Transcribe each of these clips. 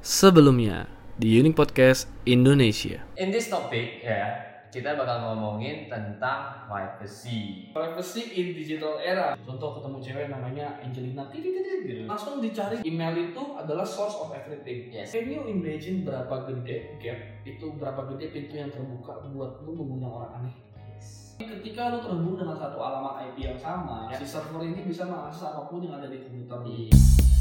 Sebelumnya di Unique Podcast Indonesia. In this topic ya, kita bakal ngomongin tentang privacy. Privacy in digital era. Contoh ketemu cewek namanya Angelina, gitu. Langsung dicari email itu adalah source of everything. Yes. Can you imagine berapa gede gap itu, berapa gede pintu yang terbuka buat lu mengundang orang aneh? Ketika lu terhubung dengan satu alamat IP yang sama, si server ini bisa mengakses apapun yang ada di komputer lu.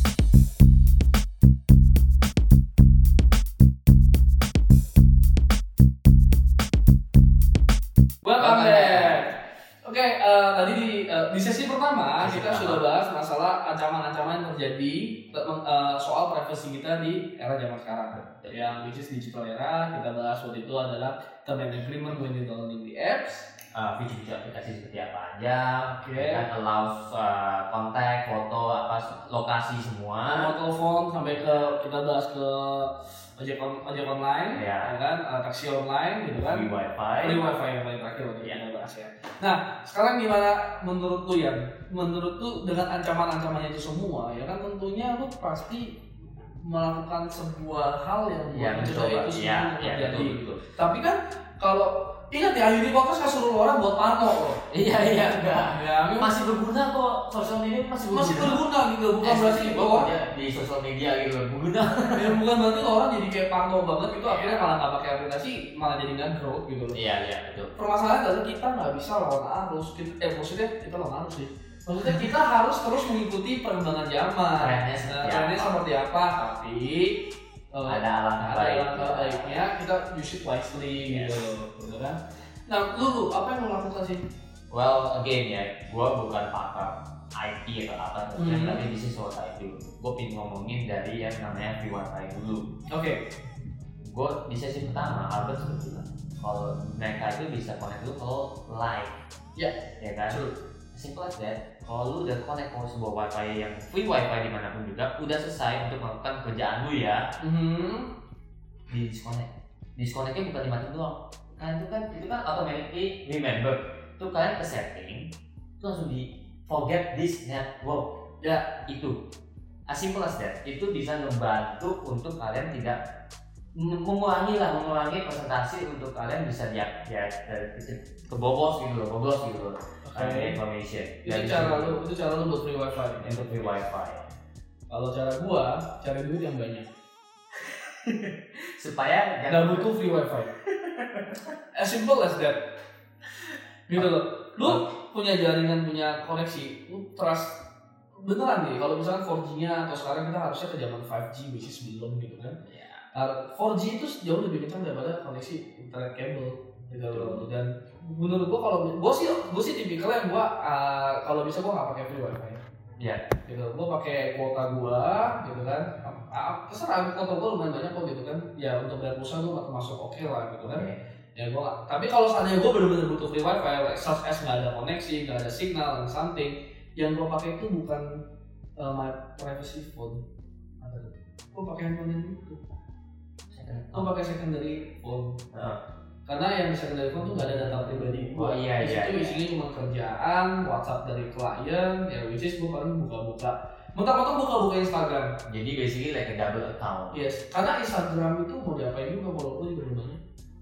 Welcome back. Oke, tadi di sesi pertama kita sudah bahas masalah ancaman-ancaman yang terjadi soal privacy kita di era zaman sekarang. Yang which is digital era, kita bahas waktu itu adalah term and agreement when you downloading the apps. Fitur aplikasi seperti apa aja, Oke. kan allows kontak, foto, lokasi semua. Mau telepon sampai ke kita bahas ke ojek online, Ya. ya kan, taksi online, gitu kan. Free wifi. Free wifi yang paling terakhir waktu kita bahas ya. Nah, sekarang gimana menurut lu ya? Menurut lu dengan ancaman-ancamannya itu semua, ya kan tentunya lu pasti melakukan sebuah hal yang mencegah itu semua terjadi. Betul. Tapi kan kalau ingat ya, Unique Podcast nggak suruh orang buat parno loh. Iya, enggak. Ya, Masih berguna kok, sosial media masih berguna gitu, bukan berarti bahwa di sosial media gitu berguna. ya bukan berarti orang jadi kayak parno banget gitu, akhirnya malah nggak pakai aplikasi, malah jadi nggak growth gitu loh. Iya, betul. Permasalahan adalah kita nggak bisa lawan arus. Maksudnya kita lawan arus sih. Maksudnya kita harus terus mengikuti perkembangan zaman. Trennya seperti apa? Tapi ada alangkah baiknya kita use it wisely gitu kan. Nah, lu apa yang lo lakukan sih? Well, again ya, gue bukan pakar IT atau apa, tapi this is what I do. Gue pengen ngomongin dari yang namanya free wifi dulu. Oke. Gue di sesi pertama, Albert sudah bilang kalau mereka itu bisa connect dulu kalau live. Ya kan? True. Simple as that. Kalau lu udah connect ke sebuah wifi yang free wifi dimanapun juga, udah selesai untuk melakukan kerjaan lu ya. Di disconnectnya bukan dimatiin doang. Kan itu kan automatically remember. Tuh kalian ke setting, itu langsung di forget this network. Ya itu. As simple as that. Itu bisa membantu untuk kalian tidak mengurangi presentasi untuk kalian bisa kebobos gitu loh. Information. Itu cara lu buat free wifi. Untuk free wifi. Kalau cara gua, cari duit yang banyak. Supaya nggak butuh free wifi. As simple as that. Gitu loh. Lu punya jaringan, punya koneksi, lu trust beneran nih. Kalau misalkan 4G-nya atau sekarang kita harusnya ke zaman 5G, which is belum gitu kan. 4G itu jauh lebih kencang daripada koneksi internet kabel gitu loh. Dan menurut gua kalau gua sih tipikal yang kalau bisa gua nggak pakai free wifi. Iya. Gitu. Gua pakai kuota gua gitu kan. Terserah kuota gua lumayan banyak kok gitu kan. Ya untuk bayar pulsa gua termasuk oke lah gitu kan. Ya gua tapi kalau seandainya gua benar-benar butuh free wifi, like such as nggak ada koneksi, nggak ada signal dan something, yang gua pakai itu bukan my privacy phone. Apa tuh? Gua pakai handphone yang itu. Gua pakai secondary phone. Karena yang di secondary phone tuh nggak ada data pribadi gua. Di situ isinya cuma kerjaan, WhatsApp dari klien, ya which is gua paling buka-buka. Mentang-mentang buka-buka Instagram. Jadi basically like a double account. Yes, karena Instagram itu mau diapain juga kalau gua juga rumahnya.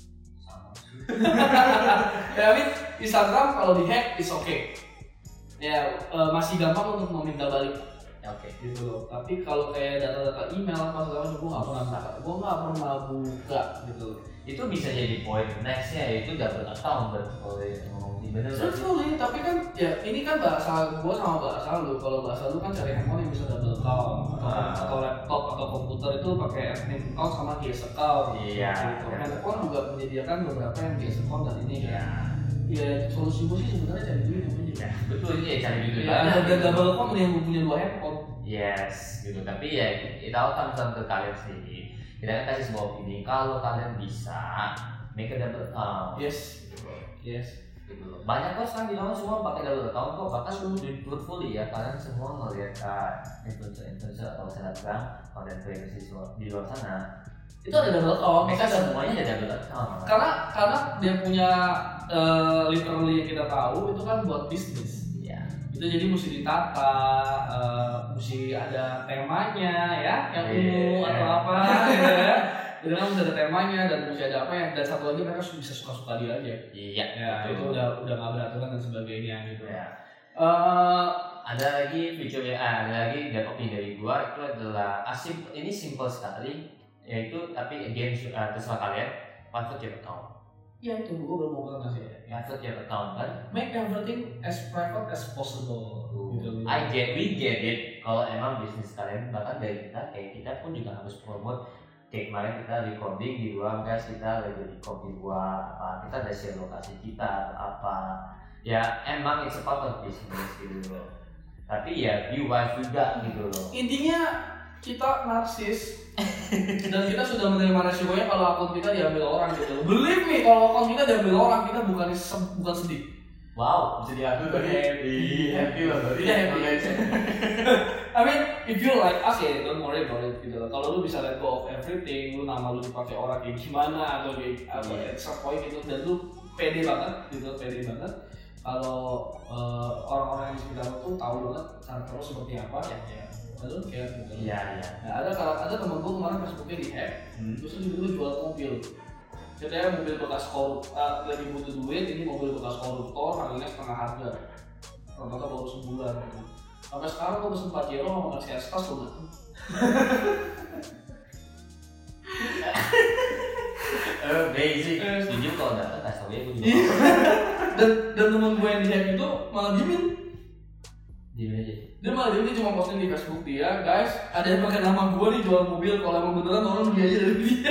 Ya, I mean, Instagram kalau dihack is okay. Ya masih gampang untuk meminta balik. Oke. Gitu loh. Tapi kalau kayak data-data email apa segala macam, gue nggak pernah buka gitu. Itu bisa jadi point nextnya, itu double account kalau ngomong bener. Betul, tapi kan ya ini kan bahasa gue sama bahasa lu. Kalau bahasa lu kan cari handphone yang bisa double account atau laptop atau komputer itu pakai admin account sama guest account. Iya. Gitu. Handphone juga menyediakan beberapa yang guest account dan ini kan. Ya solusi gue sih sebenarnya cari duit aja. Ya, betul ya, cari duit. Ya, dan double account yang punya 2 handphone. Yes, gitu. Tapi ya itu akan ke kalian sendiri. Kita kan kasih sebuah opini. Kalau kalian bisa make a double account. Yes. Gitu. Yes. Gitu loh. Banyak kok sekarang di luar semua pakai double account kok. Bahkan truthfully ya, kalian semua ngelihat influencer atau selebgram content creators di luar sana. Itu ada double account. Mereka semuanya ada double account. Karena dia punya literally yang kita tahu itu kan buat bisnis. Iya. Itu jadi mesti ditata, mesti ada temanya ya, yang ungu atau apa gitu ya. Jadi kan mesti ada temanya dan mesti ada apa ya, dan satu lagi mereka bisa suka-suka dia aja. Iya. Ya itu udah nggak beraturan dan sebagainya gitu. Ya. Ada lagi videonya, ada lagi dan opini dari gua itu adalah ini simple sekali, yaitu tapi again terserah kalian, private your account. Ya itu gua belum mau bilang sih. Private your account kan. Make everything as private as possible. Gitu. We get it. Kalau emang bisnis kalian, bahkan dari kita, kayak kita pun juga harus promote. Kayak kemarin kita recording di ruang guys, kita lagi di kopi buat apa, kita ada share lokasi kita apa. Ya emang it's a part of business gitu loh. Tapi ya view-wise juga gitu loh. Intinya kita narsis dan kita sudah menerima resikonya kalau akun kita diambil orang gitu. Believe me, kalau akun kita diambil orang, kita bukan sedih. Wow, bisa diambil happy loh. Iya happy aja. I mean, if you like us ya, don't worry about it gitu loh. Kalau lu bisa let go of everything, lu nama lu dipakai orang kayak gimana atau kayak apa extra point gitu, dan lu pede banget gitu, kalau orang-orang yang di sekitar lu tuh tahu banget karakter lu seperti apa ya. Lalu kayak gitu. Iya. Nah, ada temen gue kemarin Facebooknya di-hack, terus dia jual mobil. Katanya mobil bekas koruptor, lagi butuh duit, ini mobil bekas koruptor, harganya setengah harga. Rata-rata baru sebulan gitu. Sampai sekarang gue pesen Pajero sama ngasih tas tuh. Basic. Jujur kalau dapet tas tau ya gue juga. Dan temen gue yang di-hack itu malah diemin aja. Dia malah dia cuma posting di Facebook dia, guys, ada yang pakai nama gue nih jual mobil, kalau emang beneran orang beli aja dari dia.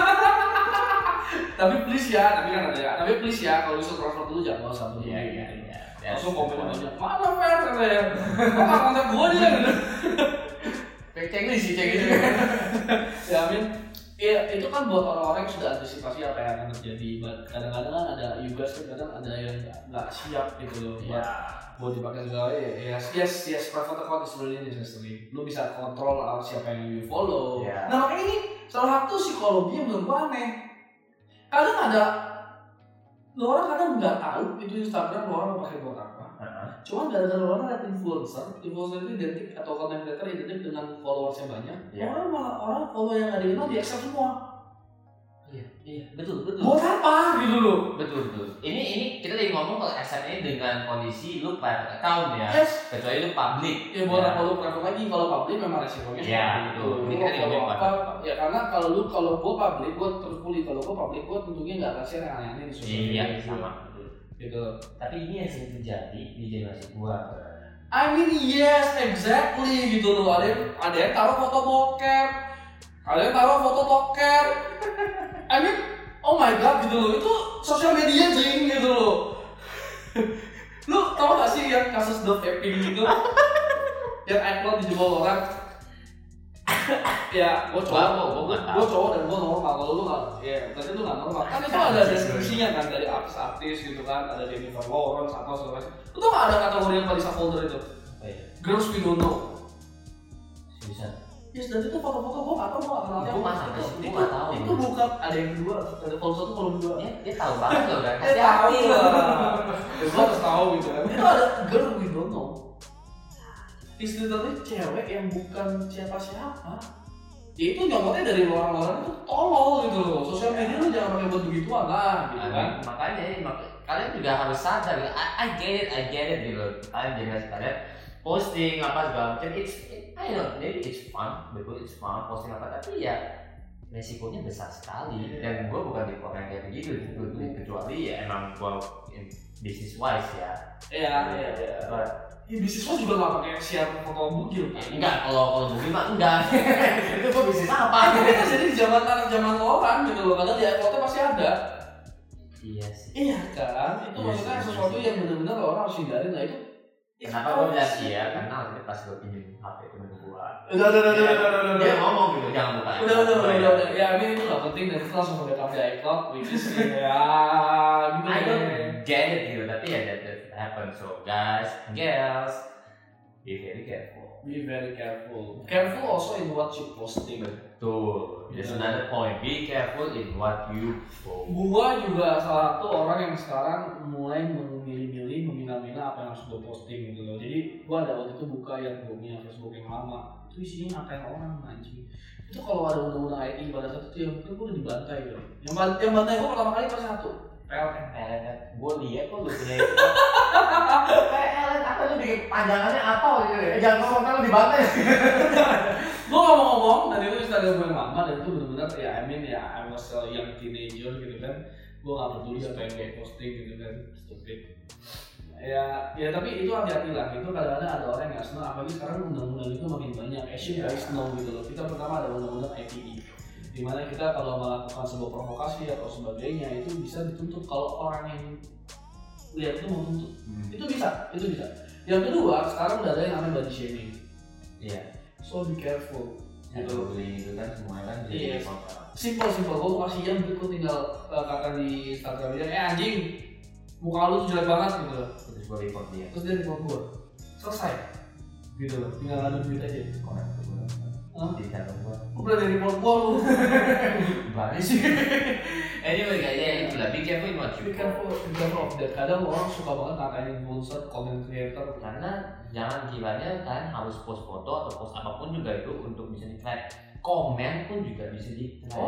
Tapi please ya, tapi please ya, kalau bisa transfer dulu jangan bawa satu dulu. Iya. Langsung komen aja, mana Fer katanya, kok nggak kontak gue dia gitu. Cengli sih gitu. Ya amin. Iya, itu kan buat orang-orang yang sudah antisipasi apa yang akan terjadi. Kadang-kadang kan ada juga kadang ada yang nggak siap gitu loh. Iya. Buat dipakai segala yes, private account is really necessary. Lu bisa kontrol siapa yang you follow. Yeah. Nah makanya ini salah satu psikologi yang menurut gue aneh. Kadang ada orang kadang nggak tahu itu Instagram orang mau pakai buat apa. Cuman gara-gara orang lihat influencer itu identik atau content creator identik dengan followersnya banyak. Yeah. Orang follow yang nggak dikenal di accept semua. Iya, betul. Buat apa gitu loh? Betul. Ini kita lagi ngomong kalau accept ini dengan kondisi lu private account ya. Yes. Kecuali lu public. Ya buat apa lu private lagi, kalau public memang resikonya seperti itu. Ini kita ngomong apa? Ya karena kalau gua public, gua terus pulih. Kalau gua public, gua tentunya nggak akan share yang aneh-aneh di sosial media. Iya, sama. Gitu. Tapi ini yang sering terjadi di generasi gua. I mean yes, exactly gitu loh. Ada yang taruh foto bokep, ada yang taruh foto toker. I mean, oh my god gitu loh. Itu sosial media jing gitu loh. Lu tau gak sih yang kasus dove vaping gitu? Yang iCloud dijual orang. Ya, gue cowok dan gue normal. Kalau lu nggak, ya berarti lu nggak normal. Kan itu ada deskripsinya kan dari artis-artis gitu kan, ada Jennifer Lawrence atau segala macam. Lu tau nggak ada kategori yang Palisa folder itu? Girls we don't know. Bisa. Yes, dan itu foto-foto gue nggak tahu, gue nggak kenal. Gue nggak tahu. Itu bukan ada yang kedua, ada folder satu kolom dua. Dia tahu banget loh kan. Dia tahu lah. Gue harus tahu gitu kan. Itu ada girl we don't know. It's literally cewek yang bukan siapa-siapa. Ya itu nyomotnya dari orang-orang itu tolol gitu loh. Sosial media lu jangan pakai buat begituan lah gitu kan. Makanya kalian juga harus sadar. I get it gitu loh. Kalian jangan sekalian posting apa segala macam. I don't know, maybe it's fun, betul it's fun posting apa, tapi ya resikonya besar sekali. Dan gue bukan di orang kayak begitu, kecuali ya emang gue business wise ya. Iya. Ya bisnis lo juga nggak pakai share foto bugil kan? Enggak, kalau bugil mah enggak. Itu gue bisnis apa? Itu kan jadi zaman orang gitu loh, karena di foto pasti ada. Iya sih. Iya kan, itu maksudnya sesuatu yang benar-benar orang harus hindarin. Nah itu kenapa gue bilang iya? Karena waktu pas gue pinjam HP temen gue. Udah. Dia ngomong gitu, jangan buka. Udah. Ya ini itu nggak penting, dan itu langsung backup di iCloud, which is ya gitu. I don't get it gitu, tapi ya that happen. So guys, girls, be very careful. Be very careful. Careful also in what you posting. Betul. That's another point. Be careful in what you post. Gua juga salah satu orang yang sekarang mulai memilih-milih, memilah-milah apa yang harus gue posting gitu loh. Jadi gua ada waktu itu buka yang punya Facebook yang lama, itu isinya ngatain orang anjing. Itu kalau ada undang-undang IT pada saat itu yang gue udah dibantai bro. Yang bantai gue pertama kali pas satu PLN. Gue lihat kok lu punya itu. PLN apa lu bikin panjangannya apa gitu ya? Jangan ngomong lu dibantai. Gue ngomong-ngomong dan itu Instagram gue yang lama dan itu benar-benar ya I mean ya I was a young teenager gitu kan. Gue gak peduli apa yang gue posting gitu kan, stupid. Ya tapi itu hati-hati lah, itu kadang-kadang ada orang yang gak senang, apalagi sekarang undang-undang itu makin banyak. As you guys know gitu loh, kita pertama ada undang-undang ITE, dimana kita kalau melakukan sebuah provokasi atau sebagainya itu bisa dituntut kalau orang yang lihat itu mau tuntut. Itu bisa. Yang kedua, sekarang udah ada yang namanya body shaming. Iya. So be careful. Gitu. Bullying itu kan semuanya kan jadi simple. Gue kasih yang berikut tinggal kata di Instagram dia, anjing, muka lu tuh jelek banget gitu loh. Terus gue report dia. Terus dia report gue. Selesai. Gitu loh. Tinggal ngadu duit aja. Komen ke gue. Di channel gue. Gue berani report gue lu. Banyak sih. Anyway guys, ya itulah. Be careful in what you Be careful of that. Kadang orang suka banget ngatain influencer, content creator. Karena jangan kiranya kalian harus post foto atau post apapun juga itu untuk bisa di-thread. Komen pun juga bisa di-thread.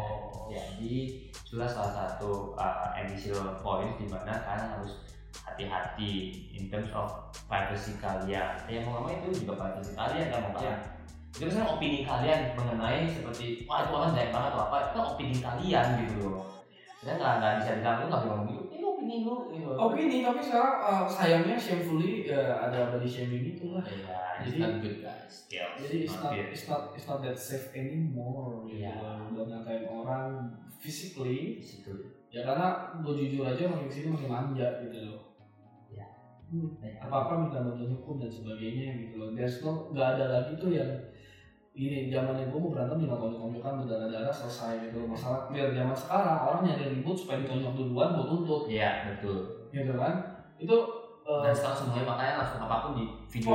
Jadi itulah salah satu additional points di mana kalian harus hati-hati in terms of privacy kalian. Yang mau ngomong itu juga privacy kalian kan mau kalian. Itu misalnya opini kalian mengenai seperti wah itu orang jelek banget atau apa, itu kan opini kalian gitu loh. Kita nggak bisa bilang lu nggak bisa ngomong gitu, ini opini lu gitu. Opini, tapi sekarang sayangnya shamefully ada body shaming itu lah. Iya, it's Jadi not good guys. Still, jadi it's not that safe anymore. Iya. Buat ngatain orang physically. Situ. Ya karena gue jujur aja makin kesini makin manja gitu loh. Iya. Apa-apa minta bantuan hukum dan sebagainya gitu loh. There's no, nggak ada lagi tuh yang ini zamannya gue mau berantem di tonjok-tonjokan berdarah-darah selesai gitu. Masalah biar zaman sekarang orang nyari ribut supaya ditonjok duluan gue tuntut. Iya betul. Gitu kan? Itu dan sekarang semuanya makanya langsung apapun di video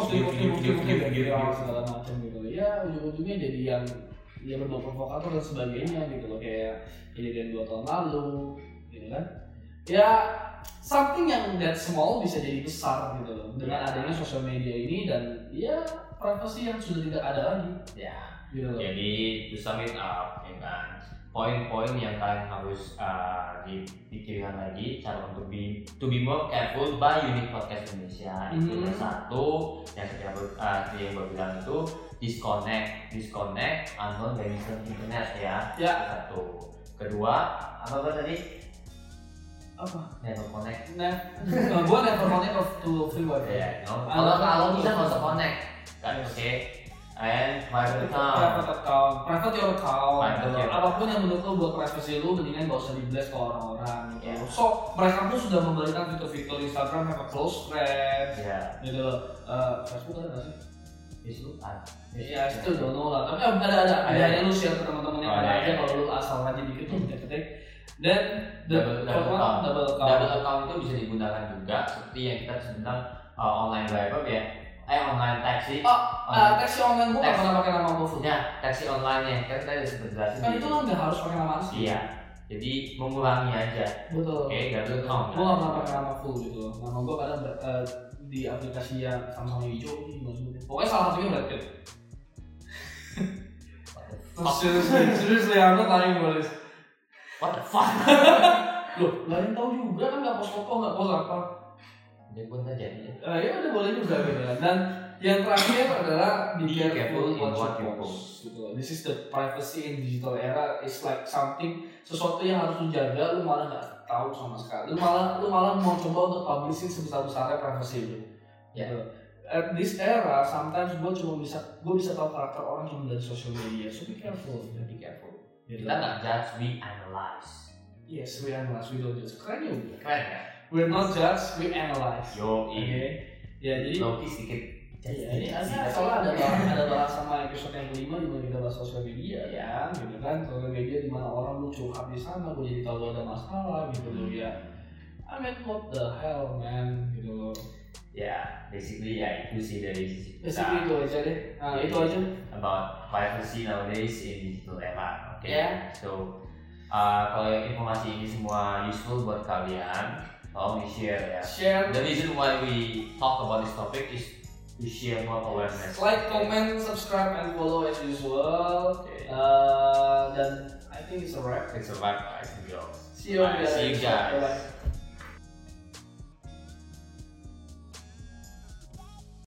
segala macam gitu loh. Ya ujung-ujungnya jadi yang dia berbau provokator dan sebagainya gitu loh, kayak kejadian 2 tahun lalu gitu kan. Ya something yang that small bisa jadi besar gitu loh dengan adanya sosial media ini dan ya privasi yang sudah tidak ada lagi. Ya. Gitu loh. Jadi to sum it up ya kan, poin-poin yang kalian harus dipikirkan lagi cara untuk to be more careful by Unique Podcast Indonesia. Itu yang satu yang seperti yang gue bilang itu disconnect unknown dari internet ya. Satu. Kedua apa tadi? Apa? Never connect. Gue never connect to free wifi. Ya, kalau bisa nggak usah connect, kan? Oke. And private account. Private your account. Apapun yang menurut lo buat privasi lo, mendingan gak usah di-blast ke orang-orang gitu. So, mereka pun sudah memberikan fitur-fitur Instagram have a close friend. Gitu loh. Facebook ada nggak sih? Facebook ada. Ya, itu don't know lah. Tapi ada yang lu share ke teman-teman yang ada aja kalau lu asal aja dikit tuh ketik. Dan double account itu bisa digunakan juga seperti yang kita sebutkan online driver ya. Online taxi. Taxi online gue nggak pernah pakai nama GoFood. Ya, taxi online-nya kan tadi sempat jelasin. Kan itu lo nggak harus pakai nama asli. Iya. Jadi mengurangi aja. Betul. Oke, double account. Gue nggak pernah pakai nama full gitu. Nama gue kadang di aplikasi yang sama hijau ini. Pokoknya salah satunya Brad Pitt. Seriously, I'm not lying about this. What the fuck? Loh, nggak ada yang tahu juga kan nggak post foto, nggak post apa. Dia pun aja ya. Ya udah boleh juga gitu kan. Dan yang terakhir adalah be careful what you post. Gitu. This is the privacy in digital era. It's like something sesuatu yang harus lu jaga, lu malah nggak tahu sama sekali. Lu malah mau coba untuk publishing sebesar-besarnya privacy lu. Gitu. At this era, sometimes gue bisa tahu karakter orang cuma dari social media. So be careful. Be careful. Kita nggak judge, we analyze. Yes, we analyze, we don't judge. Keren juga. Keren ya? We're not judge, we analyze. Oke. Ya jadi. Loki sedikit. Iya, soalnya ada bahas sama episode yang kelima di mana kita bahas sosial media ya, gitu kan. Sosial media di mana orang lu curhat di sana, gue jadi tahu ada masalah gitu loh ya. I mean what the hell man, gitu loh. Ya, basically ya itu sih dari sisi kita. Basically itu aja deh. Nah, itu aja. About privacy nowadays in digital era. Oke. Yeah. So kalau informasi ini semua useful buat kalian, tolong di-share ya. Share. The reason why we talk about this topic is to share more awareness. Like, comment, subscribe, and follow as usual. Okay. Dan I think it's a wrap. It's a wrap, guys. See you guys. See you guys. Bye-bye.